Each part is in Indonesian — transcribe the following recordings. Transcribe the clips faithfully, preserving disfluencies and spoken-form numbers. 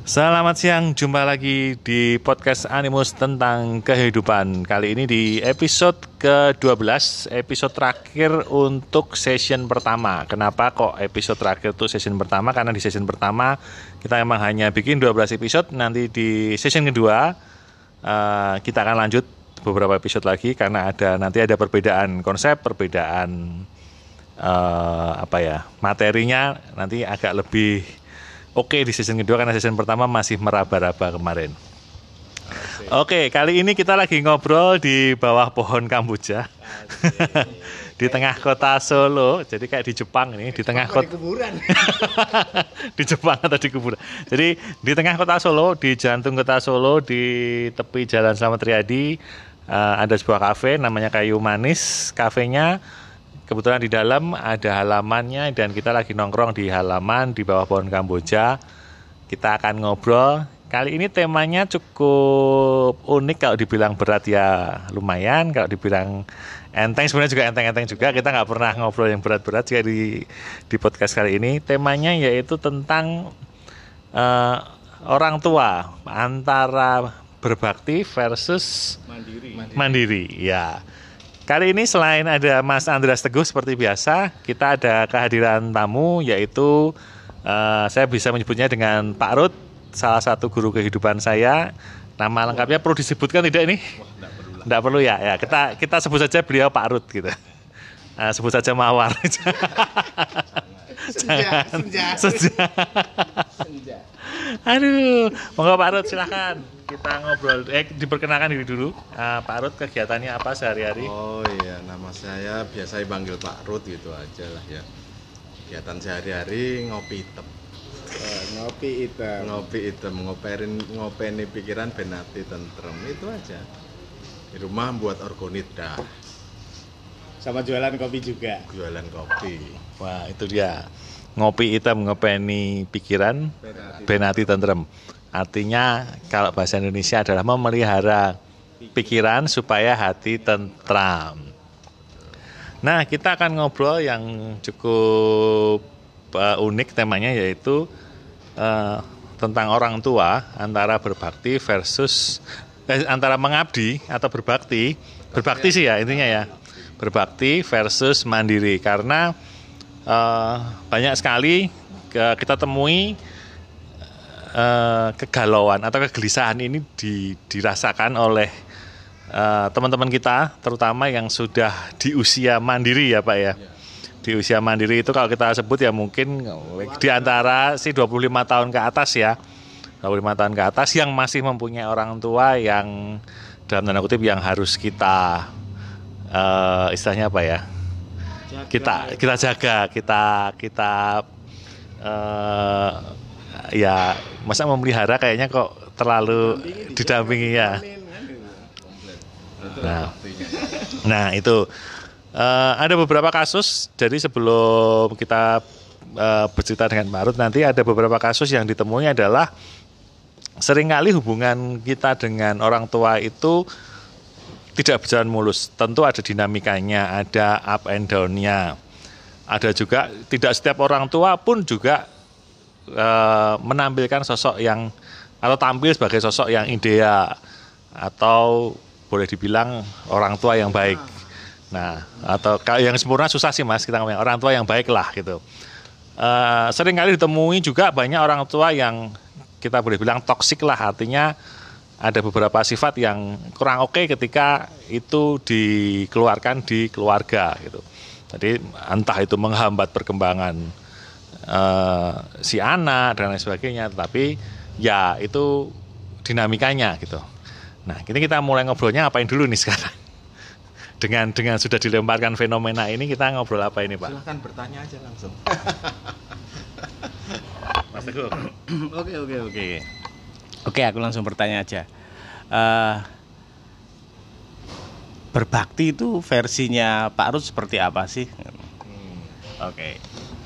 Selamat siang, jumpa lagi di podcast Animus tentang kehidupan. Kali ini di episode kedua belas, episode terakhir untuk session pertama. Kenapa kok episode terakhir itu session pertama? Karena di session pertama kita emang hanya bikin dua belas episode. Nanti di session kedua uh, kita akan lanjut beberapa episode lagi. Karena ada nanti ada perbedaan konsep, perbedaan uh, apa ya materinya nanti agak lebih oke di season kedua, karena season pertama masih meraba-raba kemarin. Oke, kali ini kita lagi ngobrol di bawah pohon kamboja di tengah kota Solo. Jadi kayak di Jepang ini, di tengah kota di kuburan. Di Jepang atau di kuburan. Jadi di tengah kota Solo, di jantung kota Solo, di tepi Jalan Slamet Riyadi, uh, ada sebuah kafe namanya Kayu Manis. Kafenya kebetulan di dalam ada halamannya dan kita lagi nongkrong di halaman di bawah pohon kamboja. Kita akan ngobrol. Kali ini temanya cukup unik, kalau dibilang berat ya lumayan, kalau dibilang enteng sebenarnya juga enteng-enteng juga. Kita nggak pernah ngobrol yang berat-berat juga di di podcast kali ini. Temanya yaitu tentang uh, orang tua, antara berbakti versus Mandiri. mandiri. Mandiri, ya. Kali ini selain ada Mas Andreas Teguh seperti biasa, kita ada kehadiran tamu, yaitu uh, saya bisa menyebutnya dengan Pak Rut, salah satu guru kehidupan saya. Nama lengkapnya perlu disebutkan tidak ini? Wah, enggak perlu lah. Tidak perlu ya. Ya, kita kita sebut saja beliau Pak Rut gitu. Uh, sebut saja Mawar. Senja, senja. Senja. Senja. Aduh, monggo Pak Rut silahkan. Kita ngobrol, eh diperkenalkan diri dulu. uh, Pak Rut kegiatannya apa sehari-hari? Oh iya, nama saya biasa dipanggil Pak Rut gitu aja lah ya. Kegiatan sehari-hari ngopi hitam. Oh, ngopi hitam. Ngopi hitam, ngoperin ngopeni pikiran ben ati tentrem, itu aja. Di rumah buat organit dah, Sama jualan kopi juga. jualan kopi. Wah, itu dia. Ngopi hitam ngopeni pikiran, benati tentrem. Artinya kalau bahasa Indonesia adalah memelihara pikiran supaya hati tentram. Nah, kita akan ngobrol yang cukup uh, unik temanya, yaitu uh, tentang orang tua, antara berbakti versus eh, antara mengabdi atau berbakti. Berbakti sih ya intinya ya. Berbakti versus mandiri, karena uh, banyak sekali uh, kita temui Uh, kegalauan atau kegelisahan ini di, dirasakan oleh uh, teman-teman kita, terutama yang sudah di usia mandiri ya Pak ya. Di usia mandiri itu kalau kita sebut ya mungkin di antara si dua puluh lima tahun ke atas ya. dua puluh lima tahun ke atas yang masih mempunyai orang tua yang dalam tanda kutip yang harus kita uh, istilahnya apa ya? Jaga. Kita kita jaga, kita kita uh, ya masa memelihara kayaknya kok terlalu didampingi ya. Nah, nah itu uh, ada beberapa kasus. Jadi sebelum kita uh, bercerita dengan Pak Rut, nanti ada beberapa kasus yang ditemui adalah seringkali hubungan kita dengan orang tua itu tidak berjalan mulus. Tentu ada dinamikanya, ada up and down-nya. Ada juga tidak setiap orang tua pun juga Uh, menampilkan sosok yang atau tampil sebagai sosok yang ideal atau boleh dibilang orang tua yang baik. Nah, atau yang sempurna susah sih Mas, kita ngomong orang tua yang baik lah gitu. Uh, sering kali ditemui juga banyak orang tua yang kita boleh bilang toksik lah, artinya ada beberapa sifat yang kurang oke ketika itu dikeluarkan di keluarga gitu. Jadi entah itu menghambat perkembangan Uh, si anak dan lain sebagainya, tetapi ya itu dinamikanya gitu. Nah, ini kita mulai ngobrolnya apain dulu nih sekarang? Dengan dengan sudah dilemparkan fenomena ini, kita ngobrol apa ini Pak? Silahkan bertanya aja langsung. Mas Teguh. Oke oke oke. Oke, aku langsung bertanya aja. Uh, berbakti itu versinya Pak Rut seperti apa sih? Hmm. Oke.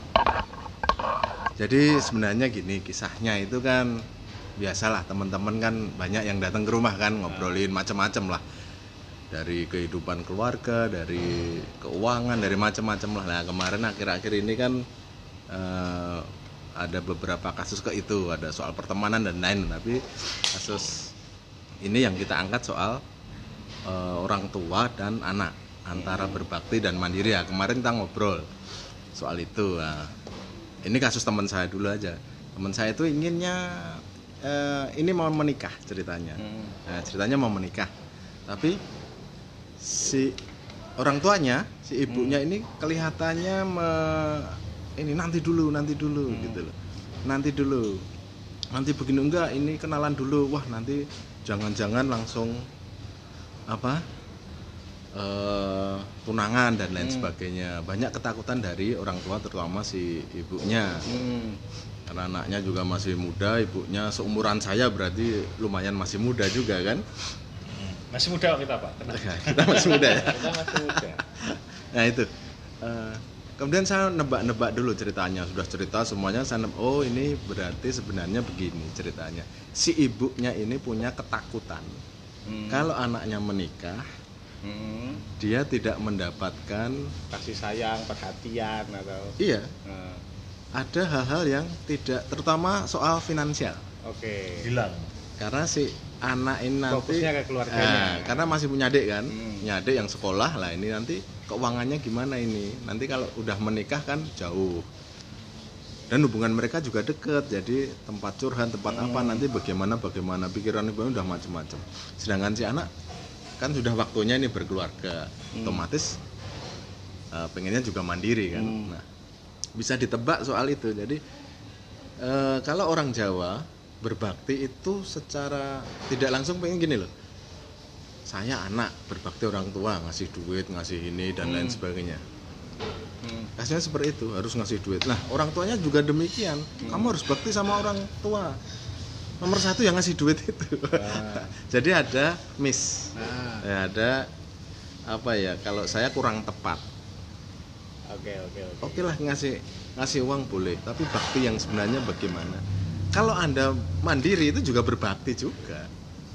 Jadi sebenarnya gini, kisahnya itu kan biasalah, teman-teman kan banyak yang datang ke rumah kan ngobrolin macam-macam lah. Dari kehidupan keluarga, dari keuangan, dari macam-macam lah. Nah, kemarin akhir-akhir ini kan eh, ada beberapa kasus ke itu, ada soal pertemanan dan lain, tapi kasus ini yang kita angkat soal uh, orang tua dan anak, antara berbakti dan mandiri ya. Kemarin kita ngobrol soal itu. Nah, ini kasus teman saya dulu aja. Teman saya itu inginnya uh, ini mau menikah ceritanya. Nah, ceritanya mau menikah, tapi si orang tuanya, si ibunya ini kelihatannya me, ini nanti dulu, nanti dulu hmm. gitu loh. Nanti dulu. Nanti begini enggak, ini kenalan dulu. Wah, nanti jangan-jangan langsung apa? Uh, tunangan dan lain hmm. sebagainya. Banyak ketakutan dari orang tua, terutama si ibunya. Hmm. Karena anaknya juga masih muda, ibunya seumuran saya, berarti lumayan masih muda juga kan. Masih muda kita Pak. Kita masih muda ya. Kita masih muda. Nah itu. Uh, kemudian saya nebak-nebak dulu ceritanya. Sudah cerita semuanya. Saya nebak, oh ini berarti sebenarnya begini ceritanya. Si ibunya ini punya ketakutan. Hmm. Kalau anaknya menikah, hmm. dia tidak mendapatkan kasih sayang, perhatian atau. Iya. Hmm. Ada hal-hal yang tidak, terutama soal finansial. Oke. Hilang. Karena si anak ini nanti fokusnya ke keluarganya. Nah, karena masih punya adik kan, hmm. punya adik yang sekolah lah, ini nanti keuangannya gimana ini? Nanti kalau udah menikah kan jauh. Dan hubungan mereka juga deket, jadi tempat curhat, tempat hmm. apa nanti bagaimana bagaimana pikiran ibu udah macam-macam. Sedangkan si anak kan sudah waktunya ini berkeluarga, hmm. otomatis uh, pengennya juga mandiri kan. Hmm. Nah, bisa ditebak soal itu. Jadi uh, kalau orang Jawa berbakti itu secara tidak langsung pengen gini loh, saya anak berbakti orang tua, ngasih duit, ngasih ini dan hmm. lain sebagainya. hmm. Kasihnya seperti itu, harus ngasih duit. Nah orang tuanya juga demikian, hmm. kamu harus bakti sama orang tua, nomor satu yang ngasih duit itu. ah. Jadi ada miss, ah. ya, ada apa ya, kalau saya kurang tepat. Oke oke oke. Oke lah, ngasih ngasih uang boleh, tapi bakti yang sebenarnya bagaimana? Kalau Anda mandiri itu juga berbakti juga.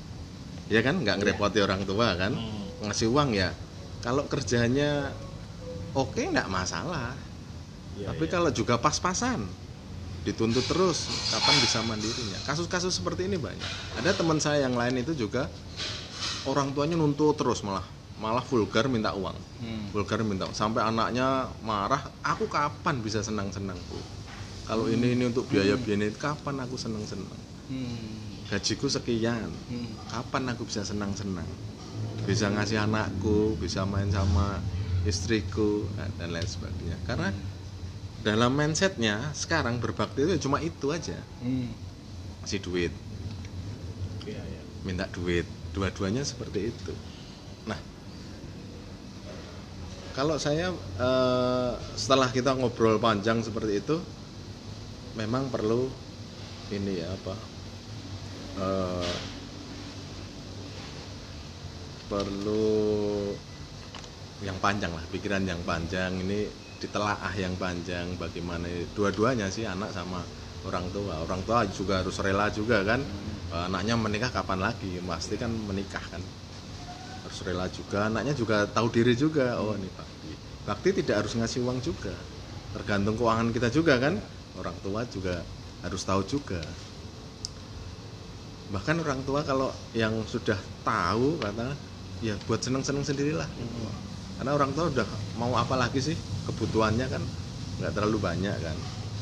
Ya kan, nggak ngerepoti yeah. orang tua kan. Hmm. Ngasih uang ya. Kalau kerjanya oke okay, nggak masalah. Yeah, Tapi yeah. kalau juga pas-pasan, dituntut terus, kapan bisa mandirinya? Kasus-kasus seperti ini banyak. Ada teman saya yang lain itu juga orang tuanya nuntut terus, malah malah vulgar minta uang. Hmm. Vulgar minta uang. Sampai anaknya marah, aku kapan bisa senang-senang, Bu? Kalau hmm. ini ini untuk biaya-biaya ini, kapan aku senang-senang? Hmm. Gajiku sekian, hmm. kapan aku bisa senang-senang? Bisa ngasih anakku, bisa main sama istriku, dan lain sebagainya. Karena hmm. dalam mindsetnya sekarang berbakti itu cuma itu aja. Hmm. Ngasih duit, ya, ya. minta duit, dua-duanya seperti itu. Nah, kalau saya uh, setelah kita ngobrol panjang seperti itu, memang perlu ini ya apa uh, perlu yang panjang lah, pikiran yang panjang, ini ditelaah yang panjang, bagaimana dua-duanya sih, anak sama orang tua. Orang tua juga harus rela juga kan, hmm. anaknya menikah kapan lagi, pasti kan menikah kan, harus rela juga, anaknya juga tahu diri juga. Oh ini bakti, bakti tidak harus ngasih uang juga, tergantung keuangan kita juga kan. Orang tua juga harus tahu juga. Bahkan orang tua kalau yang sudah tahu kata ya buat seneng-seneng sendirilah. Hmm. Karena orang tua udah mau apa lagi sih, kebutuhannya kan nggak terlalu banyak kan.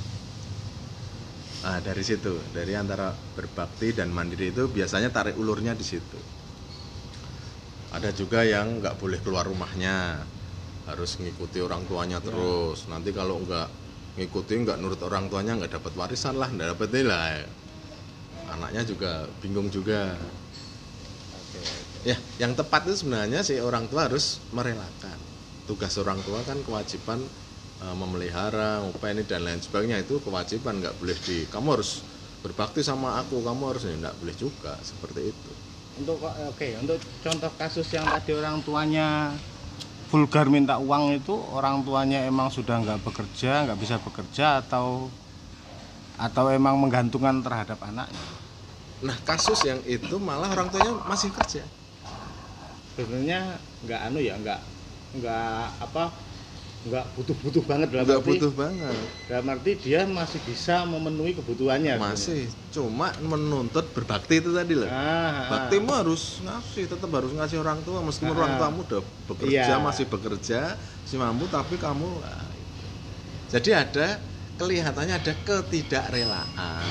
Nah dari situ, dari antara berbakti dan mandiri itu biasanya tarik ulurnya di situ. Ada juga yang nggak boleh keluar rumahnya, harus ngikuti orang tuanya terus. Ya. Nanti kalau nggak ngikutin, nggak nurut orang tuanya, nggak dapat warisan lah, nggak dapat nilai, anaknya juga bingung juga. Oke. Ya yang tepat itu sebenarnya si orang tua harus merelakan. Tugas orang tua kan kewajiban e, memelihara, apa ini dan lain sebagainya, itu kewajiban, nggak boleh di kamu harus berbakti sama aku, kamu harus, nggak boleh juga seperti itu. Untuk oke untuk contoh kasus yang tadi orang tuanya vulgar minta uang, itu orang tuanya emang sudah nggak bekerja, nggak bisa bekerja, atau atau emang menggantungkan terhadap anaknya. Nah kasus yang itu malah orang tuanya masih kerja. Sebenarnya nggak anu ya, nggak nggak apa nggak butuh-butuh banget dalam nggak arti, butuh banget. dalam arti dia masih bisa memenuhi kebutuhannya. Masih, cuma menuntut berbakti itu tadi lah. Ah, Baktimu harus ngasih, tetap harus ngasih orang tua meskipun Ah. orang tuamu udah bekerja, Iya. masih bekerja, si mampu tapi kamu ah, itu. Jadi ada kelihatannya ada ketidakrelaan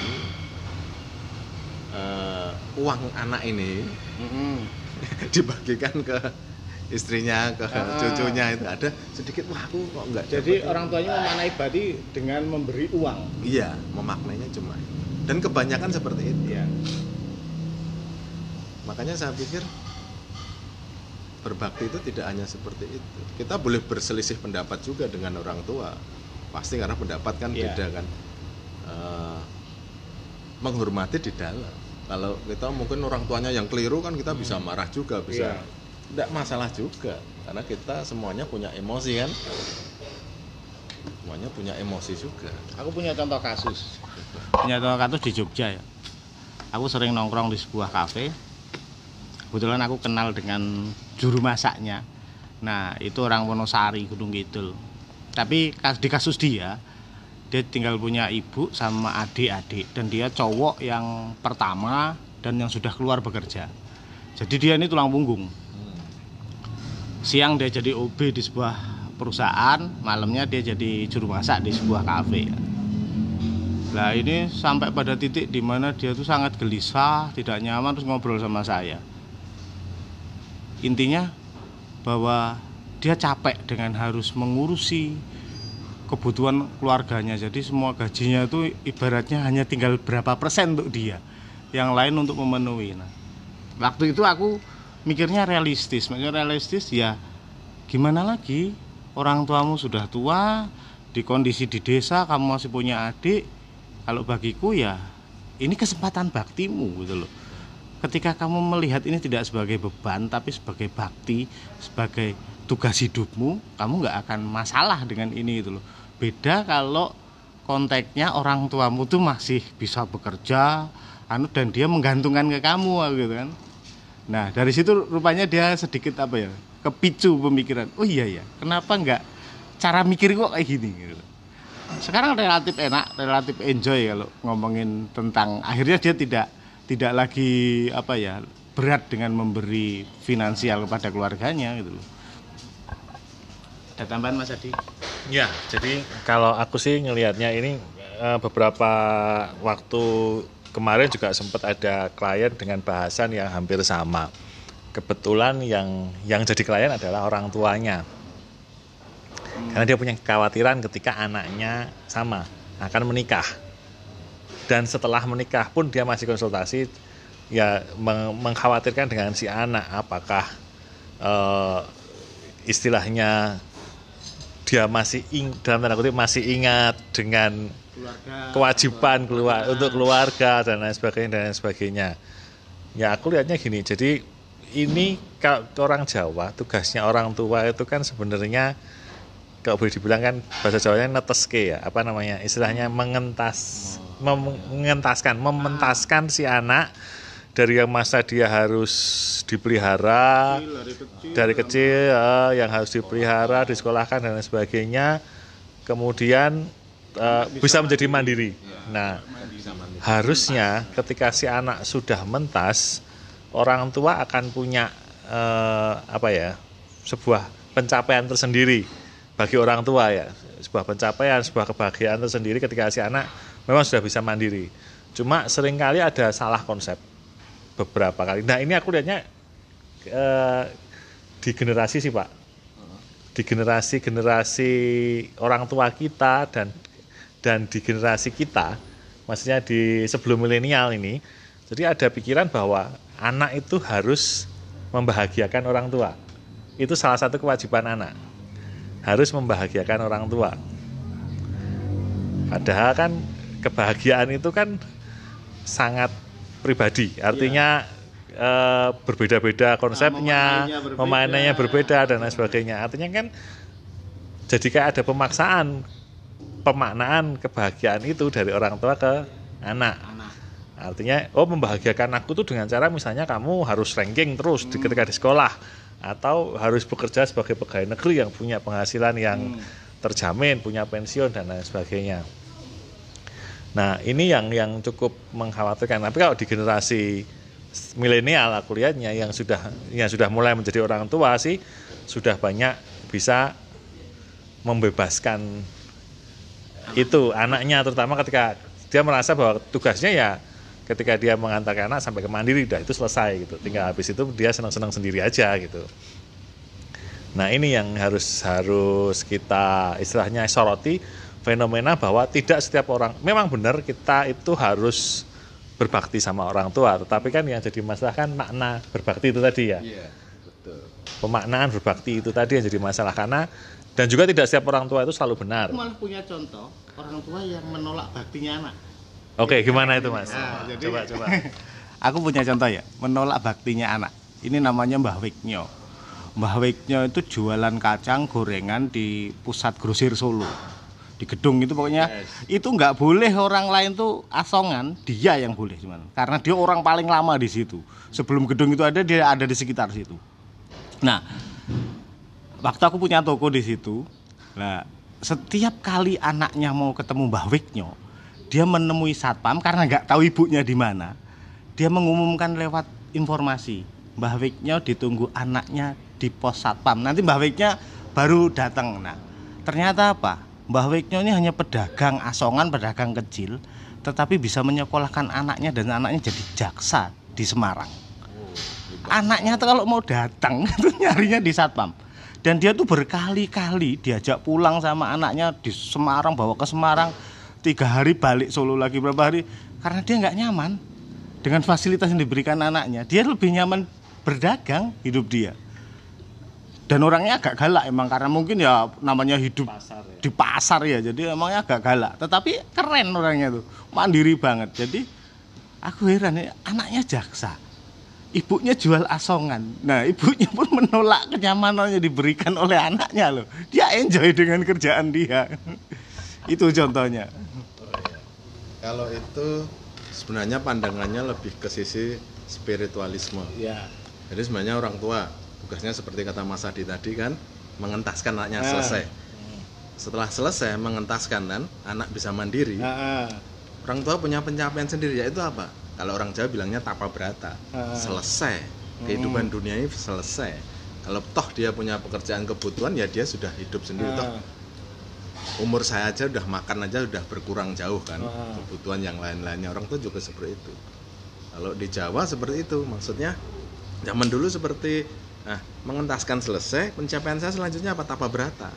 uh, uang anak ini Mm-hmm. dibagikan ke istrinya, ke Ah. cucunya, itu ada sedikit wah aku kok enggak. Jadi orang tuanya memaknai berarti dengan memberi uang. Iya, memaknainya cuma itu. Dan kebanyakan seperti itu. Iya. Makanya saya pikir berbakti itu tidak hanya seperti itu. Kita boleh berselisih pendapat juga dengan orang tua. Pasti karena pendapat kan Iya. beda kan. Eh, menghormati di dalam. Kalau kita mungkin orang tuanya yang keliru kan kita bisa marah juga, bisa. Iya. Tidak masalah juga. Karena kita semuanya punya emosi kan. Semuanya punya emosi juga. Aku punya contoh kasus. Punya contoh kasus di Jogja ya. Aku sering nongkrong di sebuah kafe. Kebetulan aku kenal dengan juru masaknya. Nah, itu orang Wonosari, Gunung Kidul. Tapi kas- di kasus dia, dia tinggal punya ibu sama adik-adik. Dan dia cowok yang pertama dan yang sudah keluar bekerja. Jadi dia ini tulang punggung. Siang dia jadi O B di sebuah perusahaan, malamnya dia jadi juru masak di sebuah kafe. Nah ini sampai pada titik di mana dia tuh sangat gelisah, tidak nyaman, terus ngobrol sama saya. Intinya bahwa dia capek dengan harus mengurusi kebutuhan keluarganya. Jadi semua gajinya itu ibaratnya hanya tinggal berapa persen untuk dia, yang lain untuk memenuhi. Nah, waktu itu aku mikirnya realistis, maksudnya realistis ya gimana lagi, orang tuamu sudah tua, di kondisi di desa kamu masih punya adik. Kalau bagiku ya ini kesempatan baktimu gitu loh. Ketika kamu melihat ini tidak sebagai beban tapi sebagai bakti, sebagai tugas hidupmu, kamu nggak akan masalah dengan ini gitu loh. Beda kalau konteksnya orang tuamu tuh masih bisa bekerja anu dan dia menggantungkan ke kamu gitu kan. Nah dari situ rupanya dia sedikit apa ya, kepicu pemikiran. Oh iya ya, kenapa enggak cara mikir kok kayak gini gitu. Sekarang relatif enak, relatif enjoy kalau ngomongin tentang akhirnya dia tidak tidak lagi apa ya, berat dengan memberi finansial kepada keluarganya gitu loh. Ada tambahan Mas Adi? Ya, jadi kalau aku sih ngelihatnya ini eh, beberapa waktu kemarin juga sempat ada klien dengan bahasan yang hampir sama. Kebetulan yang yang jadi klien adalah orang tuanya. Karena dia punya kekhawatiran ketika anaknya sama akan menikah. Dan setelah menikah pun dia masih konsultasi ya meng- mengkhawatirkan dengan si anak apakah eh, istilahnya dia masih ing, dalam tanda kutip masih ingat dengan Keluarga, kewajiban keluar untuk keluarga dan lain sebagainya dan lain sebagainya. Ya aku lihatnya gini, jadi ini kalau orang Jawa tugasnya orang tua itu kan sebenarnya kalau boleh dibilang kan bahasa Jawanya neteske ya, apa namanya istilahnya mengentas, mengentaskan, mementaskan si anak dari yang masa dia harus dipelihara dari kecil, dari kecil eh, yang harus dipelihara, disekolahkan dan lain sebagainya, kemudian eh, bisa menjadi mandiri. Nah, harusnya ketika si anak sudah mentas, orang tua akan punya eh, apa ya, sebuah pencapaian tersendiri bagi orang tua ya, sebuah pencapaian, sebuah kebahagiaan tersendiri ketika si anak memang sudah bisa mandiri. Cuma seringkali ada salah konsep beberapa kali. Nah ini aku lihatnya eh, di generasi sih Pak, di generasi-generasi orang tua kita dan dan di generasi kita, maksudnya di sebelum milenial ini, jadi ada pikiran bahwa anak itu harus membahagiakan orang tua. Itu salah satu kewajiban anak, harus membahagiakan orang tua. Padahal kan kebahagiaan itu kan sangat pribadi, artinya ya. e, berbeda-beda konsepnya, nah, memaknainya berbeda. berbeda dan lain sebagainya. Artinya kan jadi kayak ada pemaksaan pemaknaan kebahagiaan itu dari orang tua ke anak. anak. Artinya oh membahagiakan aku tuh dengan cara misalnya kamu harus ranking terus hmm. ketika di sekolah, atau harus bekerja sebagai pegawai negeri yang punya penghasilan yang hmm. terjamin, punya pensiun dan lain sebagainya. Nah, ini yang yang cukup mengkhawatirkan. Tapi kalau di generasi milenial aku lihatnya yang sudah yang sudah mulai menjadi orang tua sih sudah banyak bisa membebaskan itu anaknya, terutama ketika dia merasa bahwa tugasnya ya ketika dia mengantarkan anak sampai ke mandiri udah itu selesai gitu, tinggal habis itu dia senang-senang sendiri aja gitu. Nah, ini yang harus harus kita istilahnya soroti, fenomena bahwa tidak setiap orang, memang benar kita itu harus berbakti sama orang tua, tetapi kan yang jadi masalah kan makna berbakti itu tadi ya. Iya, betul. Pemaknaan berbakti itu tadi yang jadi masalah, karena dan juga tidak setiap orang tua itu selalu benar. Aku malah punya contoh orang tua yang menolak baktinya anak. Oke, gimana itu Mas? Nah, jadi, coba coba. Aku punya contoh ya, menolak baktinya anak. Ini namanya Mbah Wiknyo. Mbah Wiknyo itu jualan kacang gorengan di pusat grosir Solo. Di gedung itu pokoknya yes. Itu nggak boleh orang lain tuh asongan, dia yang boleh cuman. Karena dia orang paling lama di situ. Sebelum gedung itu ada, dia ada di sekitar situ. Nah, waktu aku punya toko di situ, nah setiap kali anaknya mau ketemu Mbah Wiknyo, dia menemui satpam karena nggak tahu ibunya di mana. Dia mengumumkan lewat informasi, Mbah Wiknyo ditunggu anaknya di pos satpam. Nanti Mbah Wiknyo baru datang. Nah, ternyata apa? Mbah Wiknyo ini hanya pedagang asongan, pedagang kecil, tetapi bisa menyekolahkan anaknya dan anaknya jadi jaksa di Semarang. Anaknya tuh kalau mau datang itu nyarinya di satpam. Dan dia tuh berkali-kali diajak pulang sama anaknya di Semarang, bawa ke Semarang, tiga hari balik Solo lagi berapa hari, karena dia nggak nyaman dengan fasilitas yang diberikan anaknya. Dia lebih nyaman berdagang hidup dia. Dan orangnya agak galak emang, karena mungkin ya namanya hidup pasar ya. Di pasar ya, jadi emangnya agak galak. Tetapi keren orangnya tuh, mandiri banget. Jadi aku heran ya, anaknya jaksa, ibunya jual asongan. Nah, ibunya pun menolak kenyamanan yang diberikan oleh anaknya loh. Dia enjoy dengan kerjaan dia. Itu contohnya. Oh, iya. Kalau itu sebenarnya pandangannya lebih ke sisi spiritualisme. Ya. Jadi sebenarnya orang tua tugasnya seperti kata Mas Adi tadi kan, mengentaskan anaknya nah. selesai. Setelah selesai mengentaskan kan, anak bisa mandiri. Nah. Orang tua punya pencapaian sendiri, yaitu apa? Kalau orang Jawa bilangnya tapa berata. Nah. Selesai. Kehidupan hmm. dunia ini selesai. Kalau toh dia punya pekerjaan kebutuhan, ya dia sudah hidup sendiri. Nah. Toh umur saya aja udah makan aja udah berkurang jauh kan. Nah. Kebutuhan yang lain-lainnya orang tua juga seperti itu. Kalau di Jawa seperti itu, maksudnya zaman dulu seperti nah, mengentaskan selesai, pencapaian saya selanjutnya apa? Tapa berata.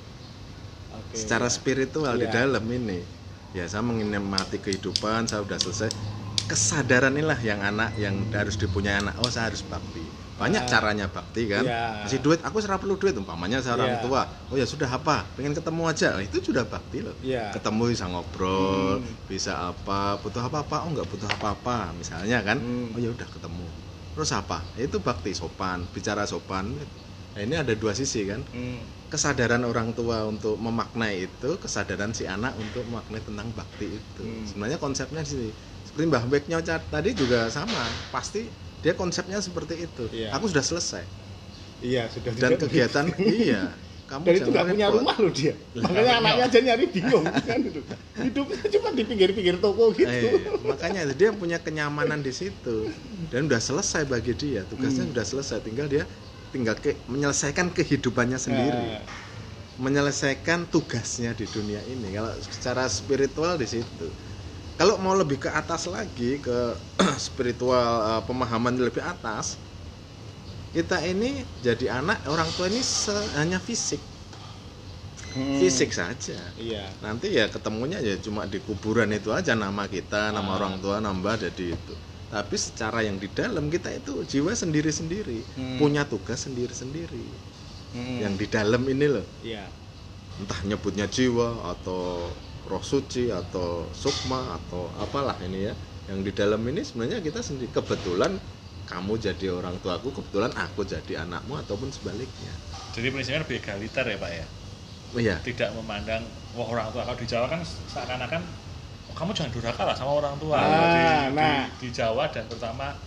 Oke, secara ya. Spiritual ya. Di dalam ini, ya saya menikmati kehidupan, saya udah selesai. Kesadaran inilah yang anak yang harus dipunyai anak. Oh, saya harus bakti. Banyak ya. Caranya bakti kan. Ya. Masih duit, aku serap perlu duit, umpamanya saya orang ya. Tua. Oh ya sudah apa? Pengen ketemu aja. Nah, itu sudah bakti loh. Ya. Ketemu bisa ngobrol, hmm. bisa apa? Butuh apa-apa? Oh enggak butuh apa-apa, misalnya kan. Hmm. Oh ya udah ketemu. Terus apa? Itu bakti, sopan, bicara sopan. Nah, ini ada dua sisi kan. Hmm. Kesadaran orang tua untuk memaknai itu, kesadaran si anak untuk memaknai tentang bakti itu. Hmm. Sebenarnya konsepnya sih seperti Mbah Wiknyo tadi juga sama. Pasti dia konsepnya seperti itu. Iya. Aku sudah selesai. Iya, sudah. Dan kegiatan iya. Kamu dan itu nggak punya rumah loh dia. Lah, makanya anaknya aja nyari bingung kan itu. Hidupnya cuma di pinggir-pinggir toko gitu. Eh, makanya dia punya kenyamanan di situ dan udah selesai bagi dia. Tugasnya hmm. sudah selesai, tinggal dia tinggal ke, menyelesaikan kehidupannya sendiri. Nah. Menyelesaikan tugasnya di dunia ini. Kalau secara spiritual di situ. Kalau mau lebih ke atas lagi ke spiritual uh, pemahaman lebih atas, kita ini jadi anak orang tua ini se- hanya fisik hmm. fisik saja. Iya. Nanti ya ketemunya ya cuma di kuburan itu aja nama kita, nama ah. orang tua nambah jadi itu. Tapi secara yang di dalam kita itu jiwa sendiri-sendiri, hmm. punya tugas sendiri-sendiri. Hmm. Yang di dalam ini loh. Iya. Entah nyebutnya jiwa atau roh suci atau sukma atau apalah ini ya. Yang di dalam ini sebenarnya kita sendiri, kebetulan kamu jadi orang tuaku, kebetulan aku jadi anakmu ataupun sebaliknya. Jadi prinsipnya lebih egaliter ya Pak ya? Oh, iya. Tidak memandang wah orang tua. Kalau di Jawa kan seakan-akan oh, kamu jangan durhaka lah sama orang tua. Ah, di, nah. di, di Jawa dan terutama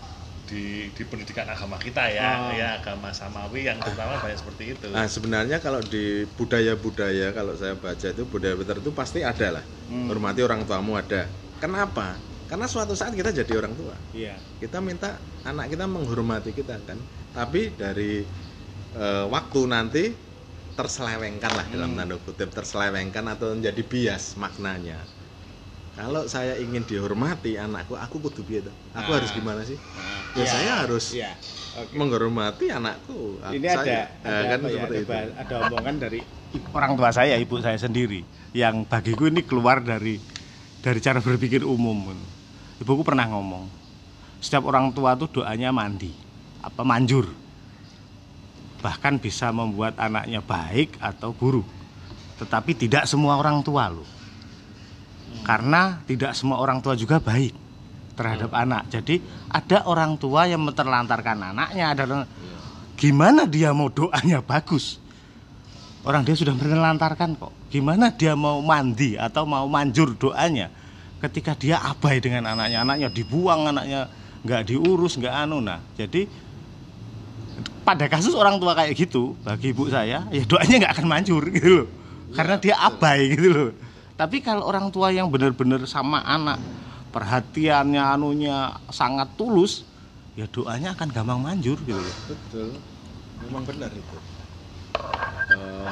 di di pendidikan agama kita ya, Oh. ya agama samawi yang terutama banyak seperti itu. Nah sebenarnya kalau di budaya-budaya, kalau saya baca itu budaya tertentu pasti ada lah. Hmm. Hormati orang tuamu ada. Kenapa? Karena suatu saat kita jadi orang tua. Iya. Kita minta anak kita menghormati kita kan. Tapi dari e, waktu nanti terselewengkan lah dalam Hmm. tanda kutip, terselewengkan atau menjadi bias maknanya. Kalau saya ingin dihormati anakku, aku kudu piye tuh? Aku Nah. harus gimana sih? Nah, Ya, iya. saya harus Iya. Oke. menghormati anakku. Ini saya, ada, eh, ada kan apa ya, seperti ada, itu. ba- ada omongan dari ibu- orang tua saya, ibu saya sendiri, yang bagiku ini keluar dari dari cara berpikir umum. Ibuku pernah ngomong, setiap orang tua tuh doanya mandi, apa manjur, bahkan bisa membuat anaknya baik atau buruk. Tetapi tidak semua orang tua loh, karena tidak semua orang tua juga baik terhadap anak. Jadi ada orang tua yang menelantarkan anaknya, ada orang- gimana dia mau doanya bagus? Orang dia sudah menelantarkan kok. Gimana dia mau mandi atau mau manjur doanya ketika dia abai dengan anaknya, anaknya dibuang, anaknya nggak diurus, nggak anu. Nah, jadi pada kasus orang tua kayak gitu, bagi ibu saya, ya doanya nggak akan manjur gitu loh, karena dia abai gitu loh. Tapi kalau orang tua yang benar-benar sama anak, perhatiannya, anunya sangat tulus, ya doanya akan gampang manjur gitu loh. Betul, memang benar itu. Eh,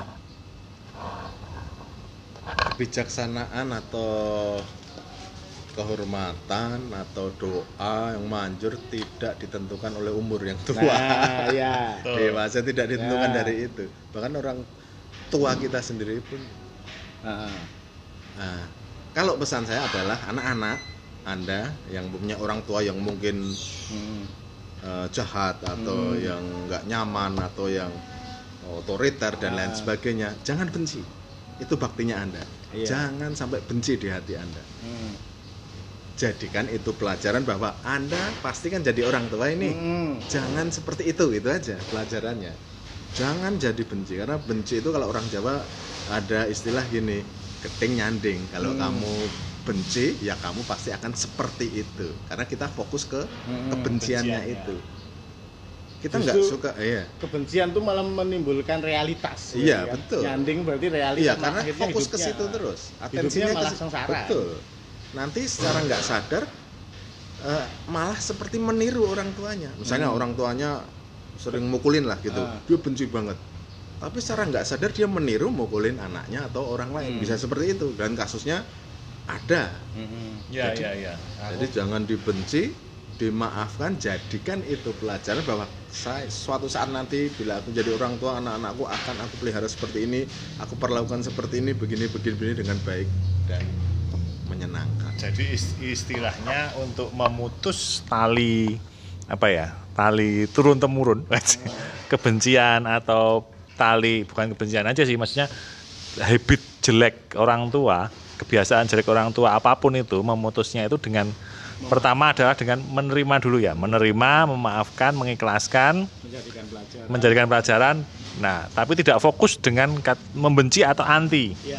kebijaksanaan atau kehormatan atau doa yang manjur tidak ditentukan oleh umur yang tua. Nah, ya. Dewasa tidak ditentukan Ya. dari itu. Bahkan orang tua kita sendiri pun. Heeh. Nah, kalau pesan saya adalah anak-anak Anda yang punya orang tua yang mungkin Hmm. eh, jahat atau Hmm. yang nggak nyaman atau yang otoriter dan lain Ah. sebagainya, jangan benci. Itu baktinya Anda. Iya. Jangan sampai benci di hati Anda. Hmm. Jadikan itu pelajaran bahwa Anda pasti kan jadi orang tua ini. Hmm. Jangan seperti itu, itu aja pelajarannya. Jangan jadi benci, karena benci itu kalau orang Jawa ada istilah gini, keting nyanding. Kalau Hmm. kamu benci, ya kamu pasti akan seperti itu. Karena kita fokus ke Hmm, kebenciannya kebencian, itu. ya. Kita nggak Justru suka, iya. Kebencian tuh malah menimbulkan realitas. Iya, ya kan? betul. Nyanding berarti realitas. Iya, nah, karena akhirnya fokus ke hidupnya- situ terus. hidupnya Atensinya ke malah situ. sengsara. Betul. Nanti secara nggak sadar eh, malah seperti meniru orang tuanya. Misalnya Hmm. orang tuanya sering mukulin lah gitu. Ah. Dia benci banget. Tapi secara nggak sadar dia meniru mukulin anaknya atau orang lain. Hmm. Bisa seperti itu. Dan kasusnya ada. Hmm. Ya, Jadi- ya, ya. Jadi jangan dibenci, dimaafkan, jadikan itu pelajaran bahwa saya suatu saat nanti bila aku jadi orang tua, anak-anakku akan aku pelihara seperti ini, aku perlakukan seperti ini, begini begini, begini dengan baik dan menyenangkan. Jadi is- istilahnya untuk memutus tali apa ya? Tali turun temurun kebencian atau tali bukan kebencian aja sih, maksudnya habit jelek orang tua, kebiasaan jelek orang tua apapun itu, memutusnya itu dengan pertama adalah dengan menerima dulu ya, menerima, memaafkan, mengikhlaskan, Menjadikan pelajaran. menjadikan pelajaran. Nah, tapi tidak fokus dengan kat- membenci atau anti. Iya.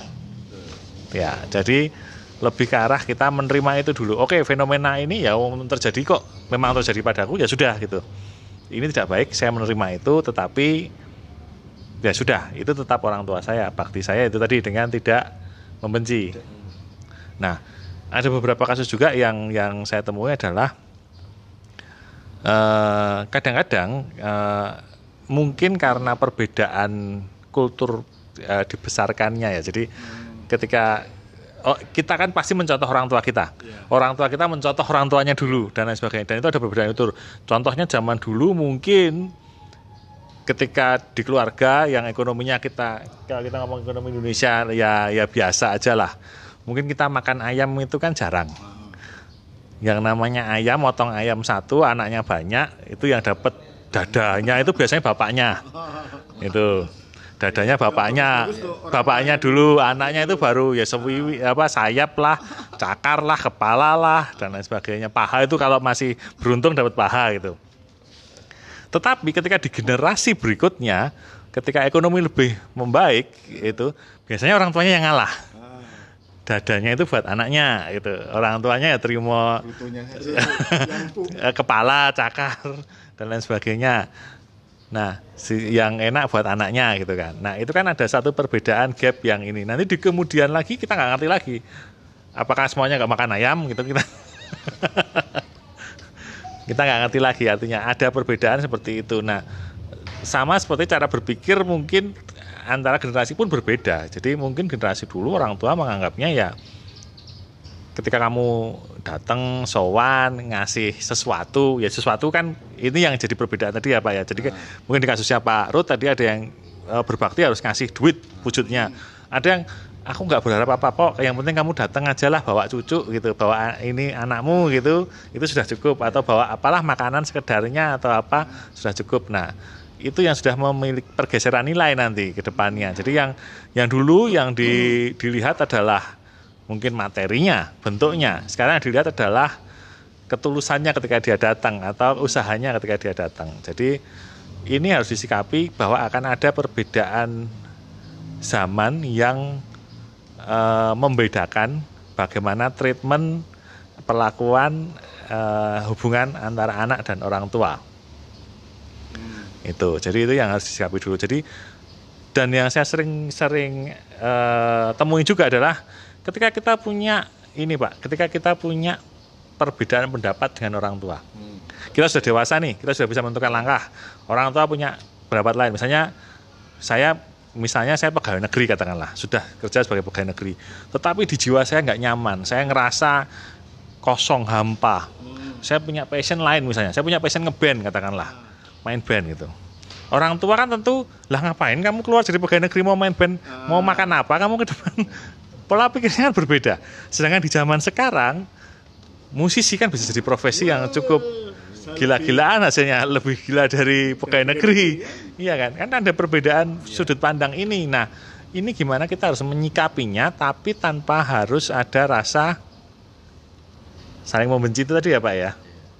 Ya, jadi lebih ke arah kita menerima itu dulu. Oke, fenomena ini ya terjadi kok, memang terjadi padaku, ya sudah gitu. Ini tidak baik, saya menerima itu, tetapi ya sudah, itu tetap orang tua saya, bakti saya itu tadi dengan tidak membenci. Nah, ada beberapa kasus juga yang yang saya temui adalah eh, kadang-kadang eh, mungkin karena perbedaan kultur eh, dibesarkannya ya. Jadi ketika oh, kita kan pasti mencontoh orang tua kita. Orang tua kita mencontoh orang tuanya dulu dan lain sebagainya. Dan itu ada perbedaan itu. Contohnya zaman dulu mungkin ketika di keluarga yang ekonominya kita, kalau kita ngomong ekonomi Indonesia ya ya biasa aja lah. Mungkin kita makan ayam itu kan jarang. Yang namanya ayam, motong ayam satu, anaknya banyak, itu yang dapat dadanya itu biasanya bapaknya. Itu dadanya bapaknya, bapaknya dulu, anaknya itu baru ya sewiwi apa sayap lah, cakar lah, kepala lah dan lain sebagainya. Paha itu kalau masih beruntung dapat paha gitu. Tetapi ketika di generasi berikutnya, ketika ekonomi lebih membaik itu biasanya orang tuanya yang ngalah. dadanya itu buat anaknya gitu. Orang tuanya ya terima kepala, cakar dan lain sebagainya. Nah, si yang enak buat anaknya gitu kan. Nah, itu kan ada satu perbedaan gap yang ini. Nanti di kemudian lagi kita nggak ngerti lagi. Apakah semuanya nggak makan ayam gitu kita. Kita nggak ngerti lagi, artinya ada perbedaan seperti itu. Nah, sama seperti cara berpikir mungkin antara generasi pun berbeda. Jadi mungkin generasi dulu orang tua menganggapnya ya ketika kamu datang sowan ngasih sesuatu, ya sesuatu kan ini yang jadi perbedaan tadi ya Pak ya. Jadi nah. mungkin di kasusnya Pak Ruth tadi ada yang e, berbakti harus ngasih duit wujudnya. Ada yang aku nggak berharap apa-apa, yang penting kamu datang aja lah bawa cucu gitu, bawa ini anakmu gitu, itu sudah cukup. Atau bawa apalah makanan sekedarnya atau apa sudah cukup. Nah itu yang sudah memiliki pergeseran nilai nanti ke depannya. Jadi yang yang dulu yang di, dilihat adalah mungkin materinya, bentuknya. Sekarang yang dilihat adalah ketulusannya ketika dia datang atau usahanya ketika dia datang. Jadi ini harus disikapi bahwa akan ada perbedaan zaman yang e, membedakan bagaimana treatment perlakuan e, hubungan antara anak dan orang tua. Hmm. Itu. Jadi itu yang harus disikapi dulu. Jadi dan yang saya sering-sering e, temui juga adalah ketika kita punya ini Pak, ketika kita punya perbedaan pendapat dengan orang tua, hmm. kita sudah dewasa nih, kita sudah bisa menentukan langkah. Orang tua punya pendapat lain, misalnya saya, misalnya saya pegawai negeri katakanlah, sudah kerja sebagai pegawai negeri, tetapi di jiwa saya nggak nyaman, saya ngerasa kosong, hampa. Hmm. Saya punya passion lain misalnya, saya punya passion ngeband katakanlah, main band gitu. Orang tua kan tentu, lah ngapain kamu keluar dari pegawai negeri mau main band, hmm. mau makan apa kamu ke depan? Pola pikirnya kan berbeda. Sedangkan di zaman sekarang musisi kan bisa jadi profesi yang cukup gila-gilaan hasilnya, lebih gila dari pegawai negeri. Iya kan? Kan ada perbedaan sudut pandang ini. Nah, ini gimana kita harus menyikapinya tapi tanpa harus ada rasa saling membenci itu tadi ya Pak ya?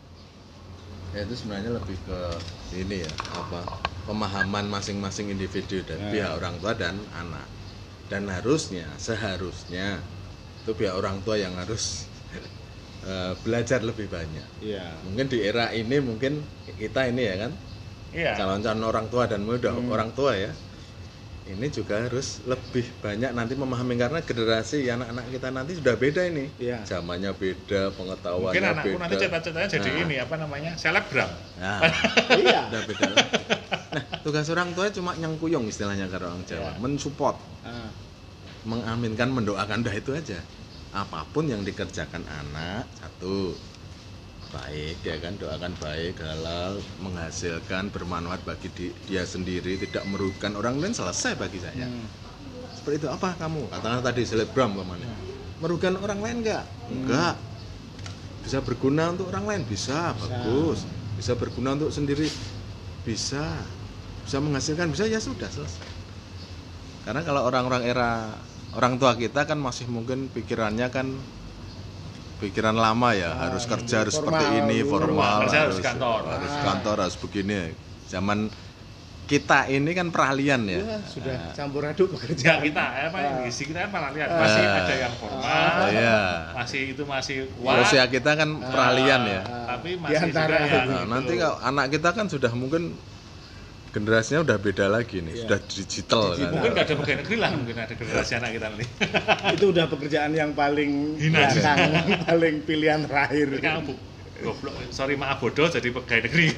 Ya itu sebenarnya lebih ke ini ya, apa? Pemahaman masing-masing individu dan ya. Pihak orang tua dan anak. Dan harusnya, seharusnya itu pihak orang tua yang harus uh, belajar lebih banyak. Iya. Mungkin di era ini mungkin kita ini ya kan, iya. calon-calon orang tua dan muda hmm. orang tua ya, ini juga harus lebih banyak nanti memahami karena generasi anak-anak kita nanti sudah beda ini. Iya. Zamannya beda, pengetahuannya mungkin anakku beda. Nanti cita-citanya jadi nah. ini apa namanya selebgram. Nah, iya. Sudah beda lagi. Nah, tugas orang tua cuma nyengkuyung istilahnya kalau orang Jawa, ya. mensupport, ah. mengaminkan, mendoakan, dah itu aja. Apapun yang dikerjakan anak, satu baik ya kan, doakan baik, halal, menghasilkan, bermanfaat bagi di, dia sendiri, tidak merugikan orang lain, selesai bagi saya. Hmm. Seperti itu. Apa kamu? Katakan tadi selebgram kemana? Hmm. Merugikan orang lain enggak? Hmm. Enggak. Bisa berguna untuk orang lain, bisa, bisa, bagus. Bisa berguna untuk sendiri, bisa. Bisa menghasilkan, bisa, ya sudah, selesai. Karena kalau orang-orang era orang tua kita kan masih mungkin pikirannya kan pikiran lama ya, ah, harus kerja harus formal, seperti ini, formal, harus, harus kantor, harus ah. kantor, harus begini. Zaman kita ini kan peralihan ya, ya sudah ah. campur aduk Ya, pekerjaan kita, apa ah. isi kita kan peralihan, masih ah. ada yang formal, ah. ya. masih itu masih wah. Usia kita kan ah. peralihan ya, ah. tapi masih antara juga nah, gitu. Nanti kalau anak kita kan sudah mungkin generasinya udah beda lagi nih, yeah. sudah digital, digital kan. Mungkin nggak ada pegawai negeri lah, mungkin ada generasi anak kita nanti. Itu udah pekerjaan yang paling belakang, paling pilihan terakhir. Kamu goblok, sorry maaf bodoh jadi pegawai negeri.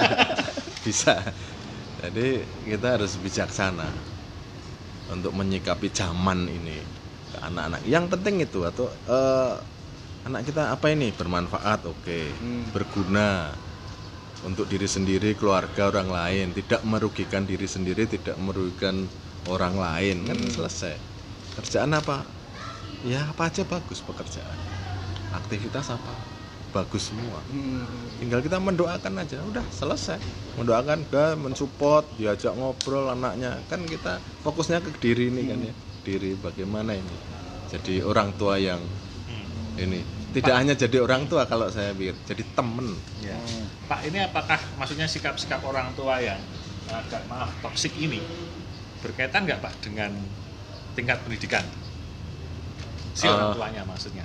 Bisa. Jadi kita harus bijaksana untuk menyikapi zaman ini ke anak-anak. Yang penting itu atau uh, anak kita apa ini bermanfaat, oke, okay. hmm. berguna. Untuk diri sendiri, keluarga, orang lain, tidak merugikan diri sendiri, tidak merugikan orang lain, kan hmm. selesai. Kerjaan apa? Ya apa aja bagus pekerjaan. Aktivitas apa? Bagus semua. Hmm. Tinggal kita mendoakan aja, udah selesai. Mendoakan, gak mensupport, diajak ngobrol anaknya. Kan kita fokusnya ke diri ini hmm. kan ya, diri bagaimana ini. Jadi orang tua yang hmm. ini. Tidak Pak, hanya jadi orang tua kalau saya pikir, jadi temen. Ya. Hmm. Pak, ini apakah maksudnya sikap-sikap orang tua yang agak maaf toksik ini berkaitan nggak Pak dengan tingkat pendidikan? Si orang Uh, tuanya maksudnya.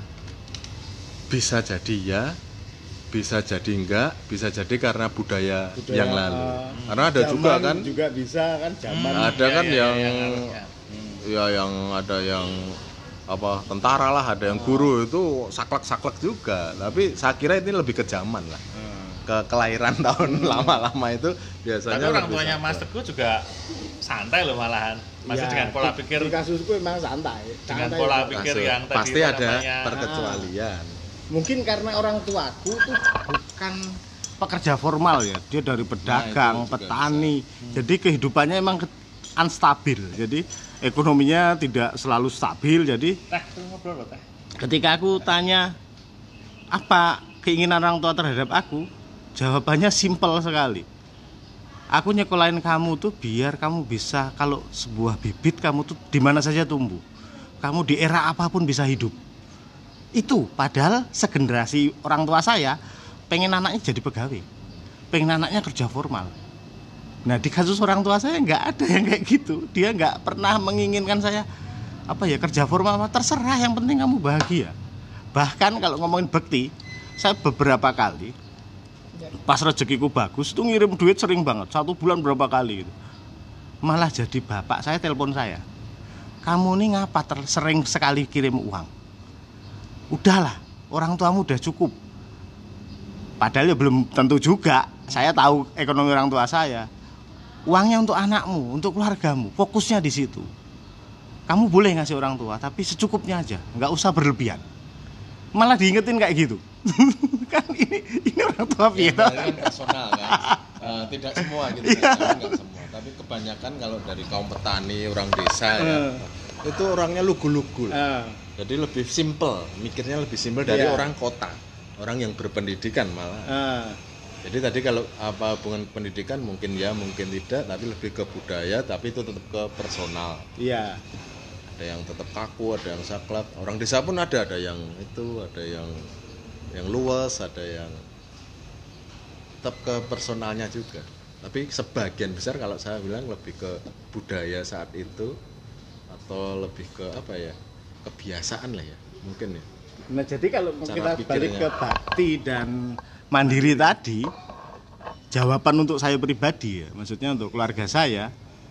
bisa jadi ya, bisa jadi enggak, bisa jadi karena budaya, Budaya, yang lalu. uh, Karena ada juga Zaman kan, juga bisa kan zaman. Hmm, ada iya, kan iya, yang iya, iya. ya yang ada yang apa tentara lah, ada yang guru itu saklek-saklek juga. Tapi saya kira ini lebih ke zaman lah, Hmm. ke kelahiran tahun lama-lama itu biasanya. Tapi orang lebih tuanya saklek. Mas Teguh juga santai loh malahan. Maksudnya Ya, dengan pola di- pikir di kasusku memang santai. dengan Santai pola banget. pikir Kasus. yang tadi pasti apa ada namanya, perkecualian. Mungkin karena orang tuaku tuh bukan pekerja formal ya, dia dari pedagang, Nah, itu juga petani. Jadi kehidupannya emang ke- unstabil. Jadi ekonominya tidak selalu stabil. Jadi teh tuh ngobrol loh teh. ketika aku tanya apa keinginan orang tua terhadap aku, jawabannya simpel sekali. Aku nyekolahin kamu tuh biar kamu bisa, kalau sebuah bibit kamu tuh di mana saja tumbuh. Kamu di era apapun bisa hidup. Itu padahal segenerasi orang tua saya pengen anaknya jadi pegawai, pengen anaknya kerja formal. Nah di kasus orang tua saya nggak ada yang kayak gitu. Dia nggak pernah menginginkan saya apa ya kerja formal, terserah yang penting kamu bahagia. Bahkan kalau ngomongin bekti, saya beberapa kali pas rezekiku bagus tuh ngirim duit sering banget, satu bulan berapa kali gitu. Malah jadi bapak saya telepon saya, kamu nih ngapa ter- sering sekali kirim uang? Udahlah, orang tuamu udah cukup. Padahal ya belum tentu juga. Saya tahu ekonomi orang tua saya. Uangnya untuk anakmu, untuk keluargamu, fokusnya di situ. Kamu boleh ngasih orang tua, tapi secukupnya aja, nggak usah berlebihan. Malah diingetin kayak gitu. Kan ini ini orang tua Ya, Vito. kan personal kan. Eh, tidak semua gitu Iya. kan, enggak semua. Tapi kebanyakan kalau dari kaum petani, orang desa ya, itu orangnya lugu-lugu. Ah, Jadi lebih simple, mikirnya lebih simple dari Iya. orang kota, orang yang berpendidikan malah. ah. Jadi tadi kalau apa hubungan pendidikan mungkin ya, mungkin tidak, tapi lebih ke budaya, tapi itu tetap ke personal. Iya. Ada yang tetap kaku, ada yang saklek. Orang desa pun ada, ada yang itu, ada yang yang luas, ada yang tetap ke personalnya juga. Tapi sebagian besar kalau saya bilang lebih ke budaya saat itu, atau lebih ke apa ya, kebiasaan lah ya, mungkin ya. Nah jadi kalau Cara kita balik pikirnya. ke bakti dan mandiri tadi, jawaban untuk saya pribadi ya, maksudnya untuk keluarga saya,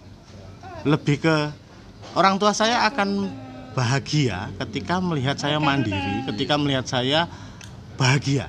lebih ke orang tua saya akan bahagia ketika melihat saya mandiri, ketika melihat saya bahagia,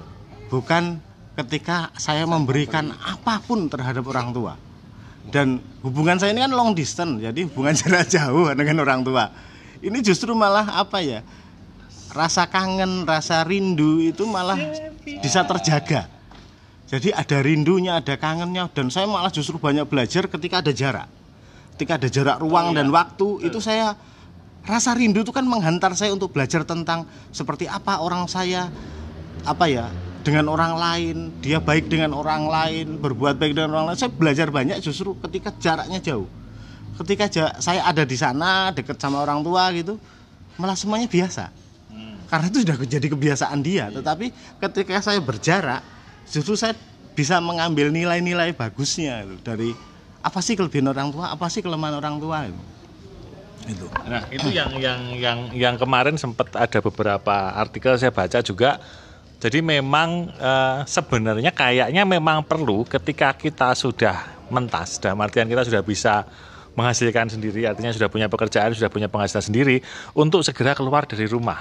bukan ketika saya memberikan apapun terhadap orang tua. Dan hubungan saya ini kan long distance, jadi hubungan jarak jauh dengan orang tua. Ini justru malah apa ya, rasa kangen, rasa rindu itu malah bisa terjaga. Jadi ada rindunya, ada kangennya, dan saya malah justru banyak belajar ketika ada jarak. Ketika ada jarak ruang dan waktu, itu saya rasa rindu itu kan menghantar saya untuk belajar tentang seperti apa orang saya, apa ya, dengan orang lain, dia baik dengan orang lain, berbuat baik dengan orang lain. Saya belajar banyak justru ketika jaraknya jauh. Ketika ja- saya ada di sana, dekat sama orang tua gitu, malah semuanya biasa. Karena itu sudah jadi kebiasaan dia. Tetapi ketika saya berjarak, justru saya bisa mengambil nilai-nilai bagusnya itu, dari apa sih kelebihan orang tua, apa sih kelemahan orang tua itu. Itu. Nah, itu yang yang yang yang kemarin sempat ada beberapa artikel saya baca juga. Jadi memang eh, sebenarnya kayaknya memang perlu ketika kita sudah mentas, dalam artian kita sudah bisa menghasilkan sendiri, artinya sudah punya pekerjaan, sudah punya penghasilan sendiri, untuk segera keluar dari rumah.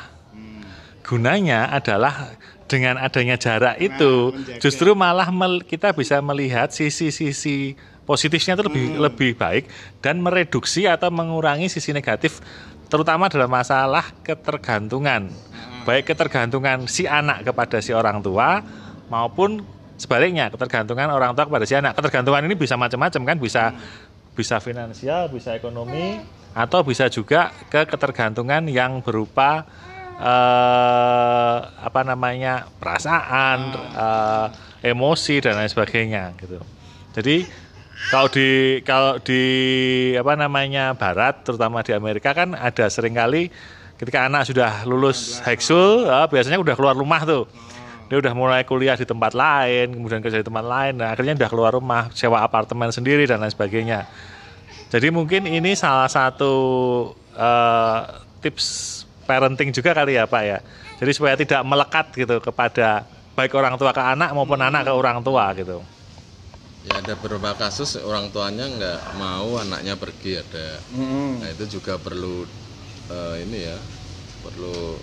Gunanya adalah dengan adanya jarak itu, menjaga. justru malah mel- kita bisa melihat sisi-sisi positifnya itu lebih lebih baik dan mereduksi atau mengurangi sisi negatif, terutama dalam masalah ketergantungan, baik ketergantungan si anak kepada si orang tua maupun sebaliknya ketergantungan orang tua kepada si anak. Ketergantungan ini bisa macam-macam kan, bisa bisa finansial, bisa ekonomi, atau bisa juga ke ketergantungan yang berupa eh, apa namanya perasaan, eh, emosi dan lain sebagainya gitu. Jadi kalau di kalau di apa namanya Barat, terutama di Amerika kan ada seringkali ketika anak sudah lulus high school, eh, biasanya udah keluar rumah tuh. Dia udah mulai kuliah di tempat lain, kemudian kerja di tempat lain, nah akhirnya udah keluar rumah, sewa apartemen sendiri dan lain sebagainya. Jadi mungkin ini salah satu uh, tips parenting juga kali ya Pak ya. Jadi supaya tidak melekat gitu kepada baik orang tua ke anak maupun hmm. anak ke orang tua gitu. Ya ada beberapa kasus orang tuanya nggak mau anaknya pergi ada. Hmm. Nah itu juga perlu uh, ini ya perlu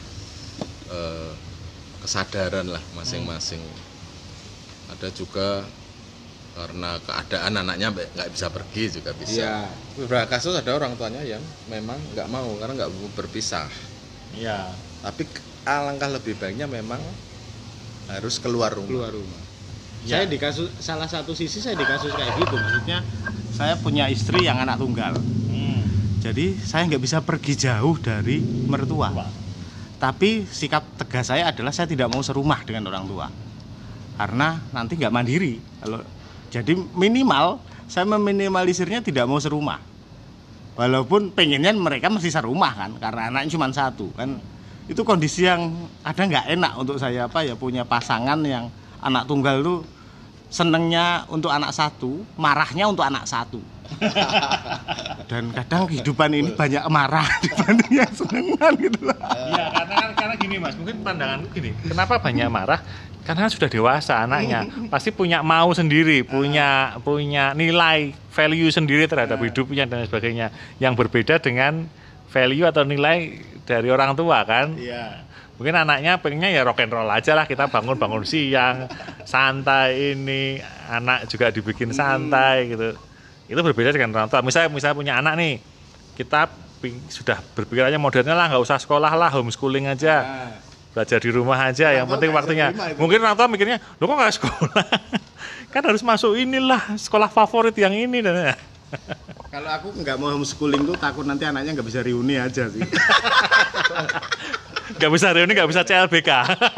uh, kesadaran lah masing-masing. Hmm. Ada juga karena keadaan anaknya nggak bisa pergi juga bisa. Ya. Beberapa kasus ada orang tuanya yang memang nggak mau karena nggak mau berpisah. Iya. Tapi alangkah lebih baiknya memang harus keluar rumah. Keluar rumah. Ya. Saya di kasus salah satu sisi saya di kasus kayak gitu, maksudnya saya punya istri yang anak tunggal. Hmm. Jadi saya nggak bisa pergi jauh dari mertua. Wah. Tapi sikap tegas saya adalah saya tidak mau serumah dengan orang tua. Karena nanti nggak mandiri. Kalau jadi minimal saya meminimalisirnya tidak mau serumah. Walaupun pengennya mereka mesti serumah kan, karena anaknya cuma satu kan. Itu kondisi yang ada nggak enak untuk saya apa ya punya pasangan yang anak tunggal tuh senengnya untuk anak satu, marahnya untuk anak satu. Dan kadang kehidupan ini banyak marah dibanding yang senengan gitu lah. Iya, karena kan karena gini Mas, mungkin pandanganku gini. Kenapa banyak marah? Karena sudah dewasa anaknya, pasti punya mau sendiri, punya punya nilai value sendiri terhadap hidupnya dan sebagainya yang berbeda dengan value atau nilai dari orang tua kan. Iya. Mungkin anaknya pengennya ya rock and roll aja lah, kita bangun-bangun siang, santai ini, anak juga dibikin santai gitu. Itu berbeda dengan orang tua. Misalnya misalnya punya anak nih, kita sudah berpikir aja modernnya lah, nggak usah sekolah lah, homeschooling aja. Belajar di rumah aja, yang penting waktunya. Mungkin orang tua mikirnya, lo kok nggak sekolah? Kan harus masuk inilah sekolah favorit yang ini dan. Kalau aku nggak mau homeschooling tuh takut nanti anaknya nggak bisa reuni aja sih. Nggak bisa reuni, nggak bisa C L B K.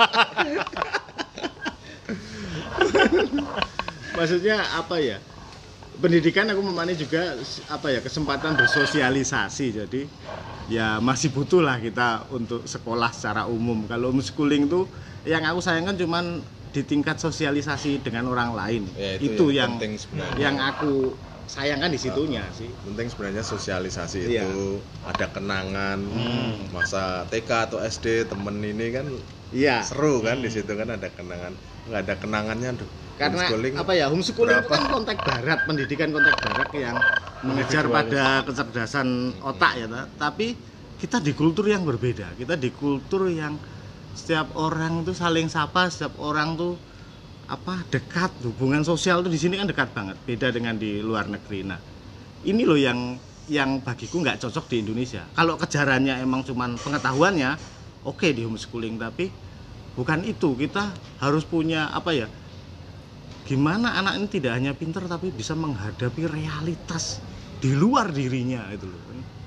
Maksudnya apa ya? Pendidikan aku memahami juga apa ya kesempatan bersosialisasi. Jadi ya masih butuh lah kita untuk sekolah secara umum. Kalau homeschooling tuh yang aku sayangkan cuman di tingkat sosialisasi dengan orang lain. Ya, itu, itu yang yang, yang aku sayangkan di situnya uh, sih. Penting sebenarnya sosialisasi iya. Itu ada kenangan hmm. masa T K atau S D temen ini kan iya. Seru kan hmm. Di situ kan ada kenangan. Nggak ada kenangannya tuh. Karena apa ya homeschooling itu kan konteks barat, pendidikan konteks barat yang mengejar pada kecerdasan otak ya, tapi kita di kultur yang berbeda. Kita di kultur yang setiap orang itu saling sapa, setiap orang tuh apa dekat, hubungan sosial tuh di sini kan dekat banget, beda dengan di luar negeri. Nah, ini loh yang yang bagiku nggak cocok di Indonesia. Kalau kejarannya emang cuman pengetahuannya, oke okay di homeschooling, tapi bukan itu. Kita harus punya apa ya? Gimana anak ini tidak hanya pintar tapi bisa menghadapi realitas di luar dirinya itu loh.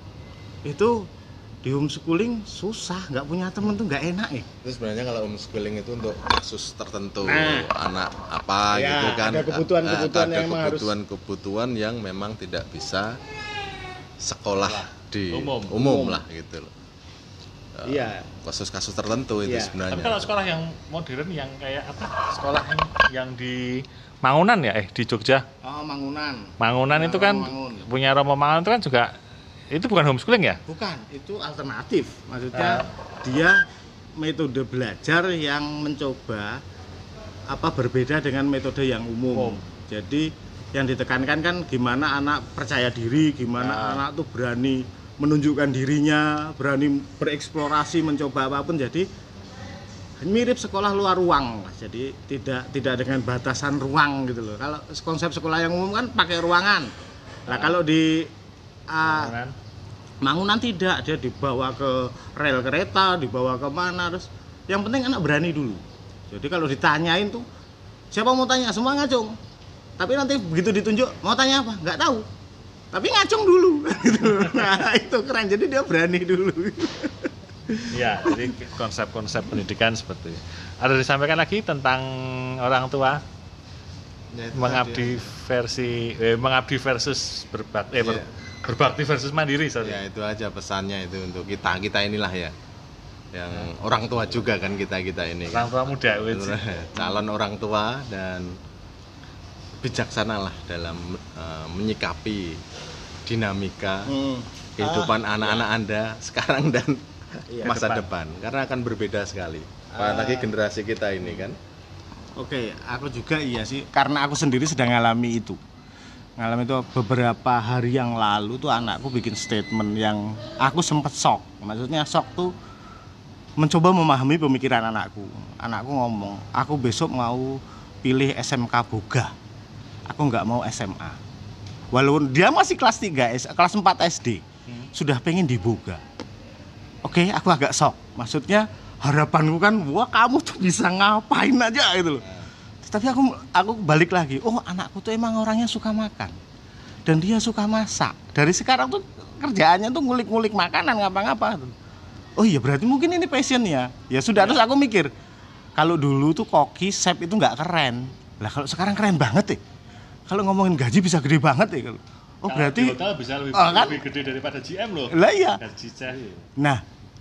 Itu di homeschooling susah, nggak punya temen tuh nggak enak ya. Itu sebenarnya kalau homeschooling itu untuk kasus tertentu, nah, anak apa ya, gitu kan. Ada kebutuhan-kebutuhan ada yang kebutuhan-kebutuhan harus... yang memang tidak bisa sekolah di umum, umum lah gitu loh. Iya. Kasus-kasus tertentu itu iya. Sebenarnya. Tapi kalau sekolah yang modern yang kayak apa? Sekolah yang, yang di Mangunan ya, eh di Jogja. Oh, Mangunan. Mangunan nah, itu kan Mangun. Punya Romo Mangunan itu kan juga itu bukan homeschooling ya? Bukan, itu alternatif. Maksudnya uh. dia metode belajar yang mencoba apa berbeda dengan metode yang umum. Oh. Jadi yang ditekankan kan gimana anak percaya diri, gimana uh. anak tuh berani menunjukkan dirinya, berani bereksplorasi, mencoba apapun. Jadi mirip sekolah luar ruang, jadi tidak tidak dengan batasan ruang gitu loh. Kalau konsep sekolah yang umum kan pakai ruangan. Nah, kalau di uh, Mangunan tidak, dia dibawa ke rel kereta, dibawa ke mana, terus yang penting anak berani dulu. Jadi kalau ditanyain tuh siapa mau tanya, semua ngacung. Tapi nanti begitu ditunjuk mau tanya apa, nggak tahu. Tapi ngacung dulu gitu. Nah, itu keren. Jadi dia berani dulu. Ya, jadi konsep-konsep pendidikan seperti itu. Ada disampaikan lagi tentang orang tua ya, mengabdi ya. versi eh, mengabdi versus berbakti eh, ber, ya. berbakti versus mandiri sorry. Ya, itu aja pesannya itu untuk kita kita inilah ya. Yang hmm. orang tua juga kan kita-kita ini. Orang tua muda calon orang tua dan bijaksanalah dalam uh, menyikapi dinamika hmm. kehidupan ah, anak-anak ya. Anda sekarang dan Iya, masa depan. depan. Karena akan berbeda sekali. Apalagi generasi kita ini kan. Oke, aku juga iya sih, karena aku sendiri sedang ngalami itu. Ngalami itu beberapa hari yang lalu tuh anakku bikin statement yang aku sempat shock. Maksudnya shock tuh mencoba memahami pemikiran anakku. Anakku ngomong, aku besok mau pilih S M K Boga. Aku nggak mau S M A. Walaupun dia masih kelas tiga, kelas empat S D, hmm. sudah pengen di Boga. Oke, aku agak shock. Maksudnya harapanku kan, wah kamu tuh bisa ngapain aja gitu loh. Tapi aku aku balik lagi, oh anakku tuh emang orangnya suka makan. Dan dia suka masak. Dari sekarang tuh kerjaannya tuh ngulik-ngulik makanan, ngapa-ngapa. Oh iya berarti mungkin ini passionnya. Ya sudah, terus aku mikir, kalau dulu tuh koki, chef itu nggak keren. Lah kalau sekarang keren banget ya. Kalau ngomongin gaji bisa gede banget ya. Oh kalau berarti di hotel bisa lebih, oh, kan? lebih gede daripada G M loh. Lah iya. Gaji chef. Nah,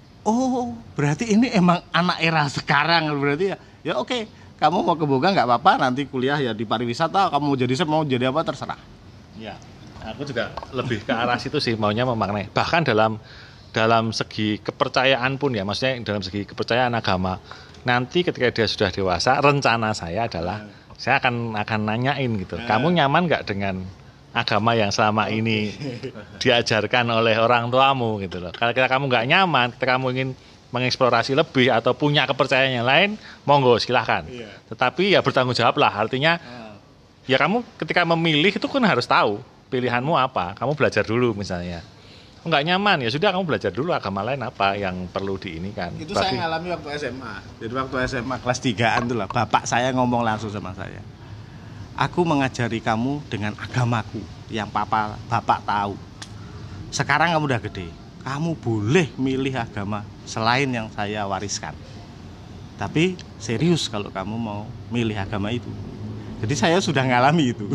oh berarti ini emang anak era sekarang berarti ya. Ya oke, kamu mau ke Boga nggak apa-apa, nanti kuliah ya di pariwisata, kamu mau jadi chef mau jadi apa terserah. Ya, aku juga lebih ke arah situ sih, maunya memaknai. Bahkan dalam dalam segi kepercayaan pun ya, maksudnya dalam segi kepercayaan agama. Nanti ketika dia sudah dewasa, rencana saya adalah saya akan akan nanyain gitu. Kamu nyaman nggak dengan agama yang selama ini diajarkan oleh orang tuamu gitu loh. Kalau kamu nggak nyaman, ketika kamu ingin mengeksplorasi lebih atau punya kepercayaan yang lain, monggo silahkan. Iya. Tetapi ya bertanggung jawab lah. Artinya ah. ya kamu ketika memilih itu kan harus tahu pilihanmu apa. Kamu belajar dulu misalnya. Nggak nyaman ya sudah kamu belajar dulu agama lain apa yang perlu diinikan. Itu Bagi, saya ngalami waktu S M A. Jadi waktu S M A kelas tigaan tuh lah, bapak saya ngomong langsung sama saya. Aku mengajari kamu dengan agamaku yang papa bapak tahu. Sekarang kamu udah gede. Kamu boleh milih agama selain yang saya wariskan. Tapi serius kalau kamu mau milih agama itu. Jadi saya sudah ngalami itu.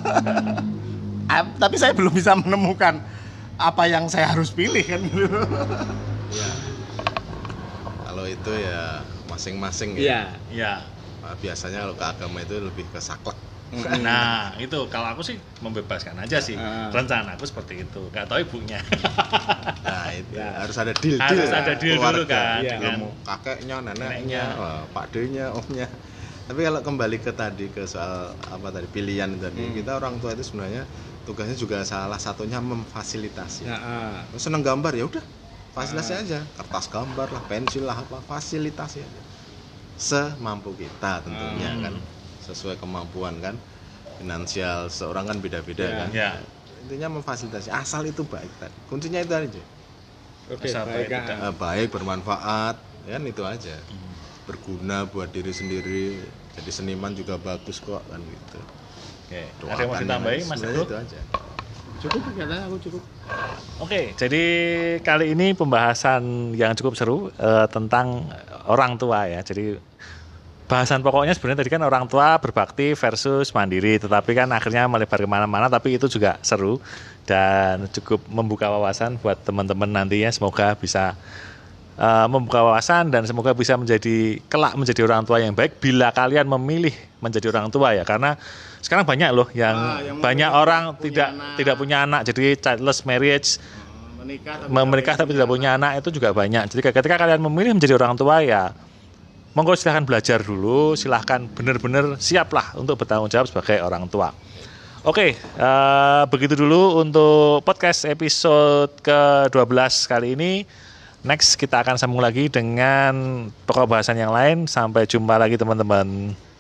Tapi saya belum bisa menemukan apa yang saya harus pilih kan. Ya. Kalau itu ya masing-masing ya. Iya. Ya. Nah, biasanya kalau ke agama itu lebih ke saklek. Nah itu kalau aku sih membebaskan aja sih, uh. rencana aku seperti itu, nggak tahu ibunya. Nah itu ya. Harus ada deal, deal harus ada deal dulu kan, ya. dengan kakeknya, neneknya, wah, pak D-nya, omnya. Tapi kalau kembali ke tadi ke soal apa tadi pilihan tadi, hmm. kita orang tua itu sebenarnya tugasnya juga salah satunya memfasilitasi. Ya, uh. Seneng gambar ya udah, fasilitasi uh. aja, kertas gambar lah, pensil lah apa, fasilitasi aja. Semampu kita tentunya uh. kan. Sesuai kemampuan kan, finansial seorang kan beda-beda ya, kan ya. Intinya memfasilitasi asal itu baik tadi, kuncinya itu aja. Oke, asal baik, baik, kan? baik bermanfaat kan itu aja, hmm. berguna buat diri sendiri, jadi seniman juga bagus kok kan gitu. Oke, ada yang mau ditambahin Mas Teguh? Itu aja. Cukup katanya aku cukup. Oke, jadi kali ini pembahasan yang cukup seru uh, tentang orang tua ya. Jadi bahasan pokoknya sebenarnya tadi kan orang tua berbakti versus mandiri, tetapi kan akhirnya melebar kemana-mana, tapi itu juga seru dan cukup membuka wawasan buat teman-teman nantinya. Semoga bisa uh, membuka wawasan dan semoga bisa menjadi kelak menjadi orang tua yang baik bila kalian memilih menjadi orang tua ya, karena sekarang banyak loh yang, ah, yang banyak orang tidak anak. tidak punya anak, jadi childless marriage, menikah tapi, menikah tapi tidak punya anak. anak itu juga banyak. Jadi ketika kalian memilih menjadi orang tua ya monggo silahkan belajar dulu, silahkan benar-benar siaplah untuk bertanggung jawab sebagai orang tua. Oke, uh, begitu dulu untuk podcast episode ke dua belas kali ini. Next kita akan sambung lagi dengan pokok bahasan yang lain. Sampai jumpa lagi teman-teman.